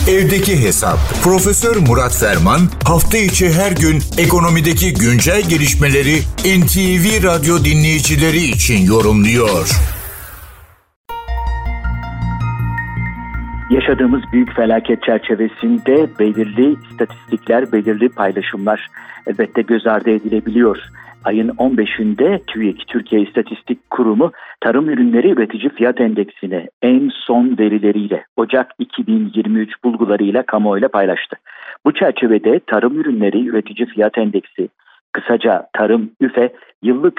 Evdeki Hesap. Profesör Murat Ferman hafta içi her gün ekonomideki güncel gelişmeleri NTV Radyo dinleyicileri için yorumluyor. Yaşadığımız büyük felaket çerçevesinde belirli istatistikler, belirli paylaşımlar elbette göz ardı edilebiliyor. Ayın 15'inde TÜİK, Türkiye İstatistik Kurumu, tarım ürünleri üretici fiyat endeksini en son verileriyle Ocak 2023 bulgularıyla kamuoyuyla paylaştı. Bu çerçevede tarım ürünleri üretici fiyat endeksi, kısaca tarım üfe, yıllık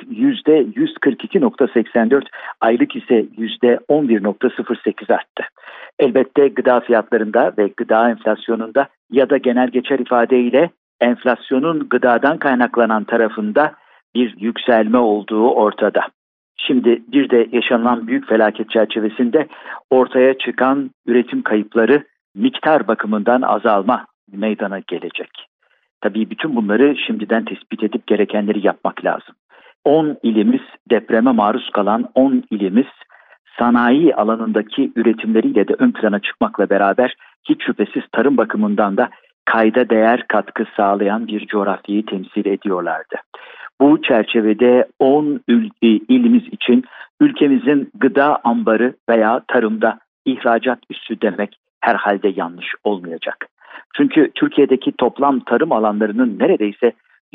%142.84, aylık ise %11.08 arttı. Elbette gıda fiyatlarında ve gıda enflasyonunda ya da genel geçer ifadeyle enflasyonun gıdadan kaynaklanan tarafında bir yükselme olduğu ortada. Şimdi bir de yaşanılan büyük felaket çerçevesinde ortaya çıkan üretim kayıpları miktar bakımından azalma meydana gelecek. Tabii bütün bunları şimdiden tespit edip gerekenleri yapmak lazım. 10 ilimiz, depreme maruz kalan 10 ilimiz sanayi alanındaki üretimleriyle de ön plana çıkmakla beraber hiç şüphesiz tarım bakımından da kayda değer katkı sağlayan bir coğrafyayı temsil ediyorlardı. Bu çerçevede 10 ilimiz için ülkemizin gıda ambarı veya tarımda ihracat üssü demek herhalde yanlış olmayacak. Çünkü Türkiye'deki toplam tarım alanlarının neredeyse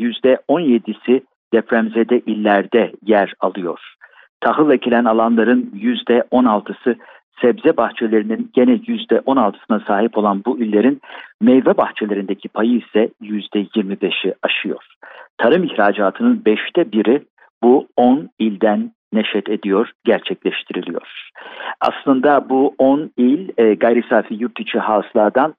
%17'si depremzede illerde yer alıyor. Tahıl ekilen alanların %16'sı, sebze bahçelerinin gene %16'sına sahip olan bu illerin meyve bahçelerindeki payı ise %25'i aşıyor. Tarım ihracatının 5'te 1'i bu 10 ilden neşet ediyor, gerçekleştiriliyor. Aslında bu 10 il gayri safi yurt içi hasıladan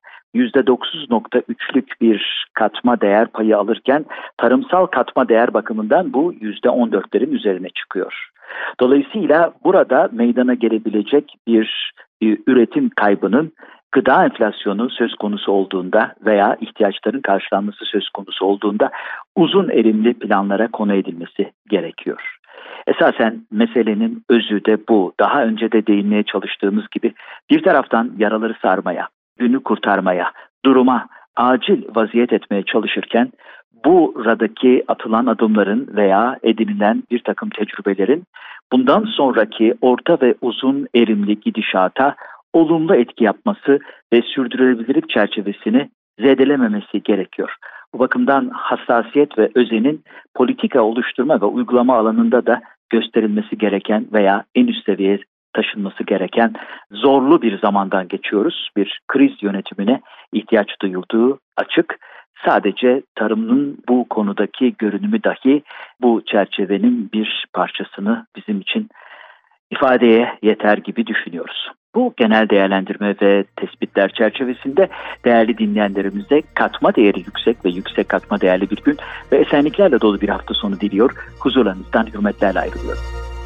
%9.3'lük bir katma değer payı alırken tarımsal katma değer bakımından bu %14'lerin üzerine çıkıyor. Dolayısıyla burada meydana gelebilecek bir üretim kaybının gıda enflasyonu söz konusu olduğunda veya ihtiyaçların karşılanması söz konusu olduğunda uzun erimli planlara konu edilmesi gerekiyor. Esasen meselenin özü de bu. Daha önce de değinmeye çalıştığımız gibi bir taraftan yaraları sarmaya, günü kurtarmaya, duruma acil vaziyet etmeye çalışırken buradaki atılan adımların veya edinilen bir takım tecrübelerin bundan sonraki orta ve uzun erimli gidişata olumlu etki yapması ve sürdürülebilirlik çerçevesini zedelememesi gerekiyor. Bu bakımdan hassasiyet ve özenin politika oluşturma ve uygulama alanında da gösterilmesi gereken veya en üst seviyeye taşınması gereken zorlu bir zamandan geçiyoruz. Bir kriz yönetimine ihtiyaç duyulduğu açık. Sadece tarımın bu konudaki görünümü dahi bu çerçevenin bir parçasını bizim için ifadeye yeter gibi düşünüyoruz. Bu genel değerlendirme ve tespitler çerçevesinde değerli dinleyenlerimize katma değeri yüksek ve yüksek katma değerli bir gün ve esenliklerle dolu bir hafta sonu diliyor. Huzurlarınızdan hürmetlerle ayrılıyorum.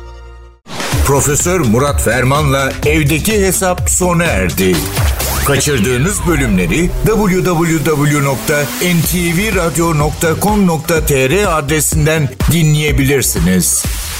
Profesör Murat Ferman'la Evdeki Hesap sona erdi. Kaçırdığınız bölümleri www.ntvradio.com.tr adresinden dinleyebilirsiniz.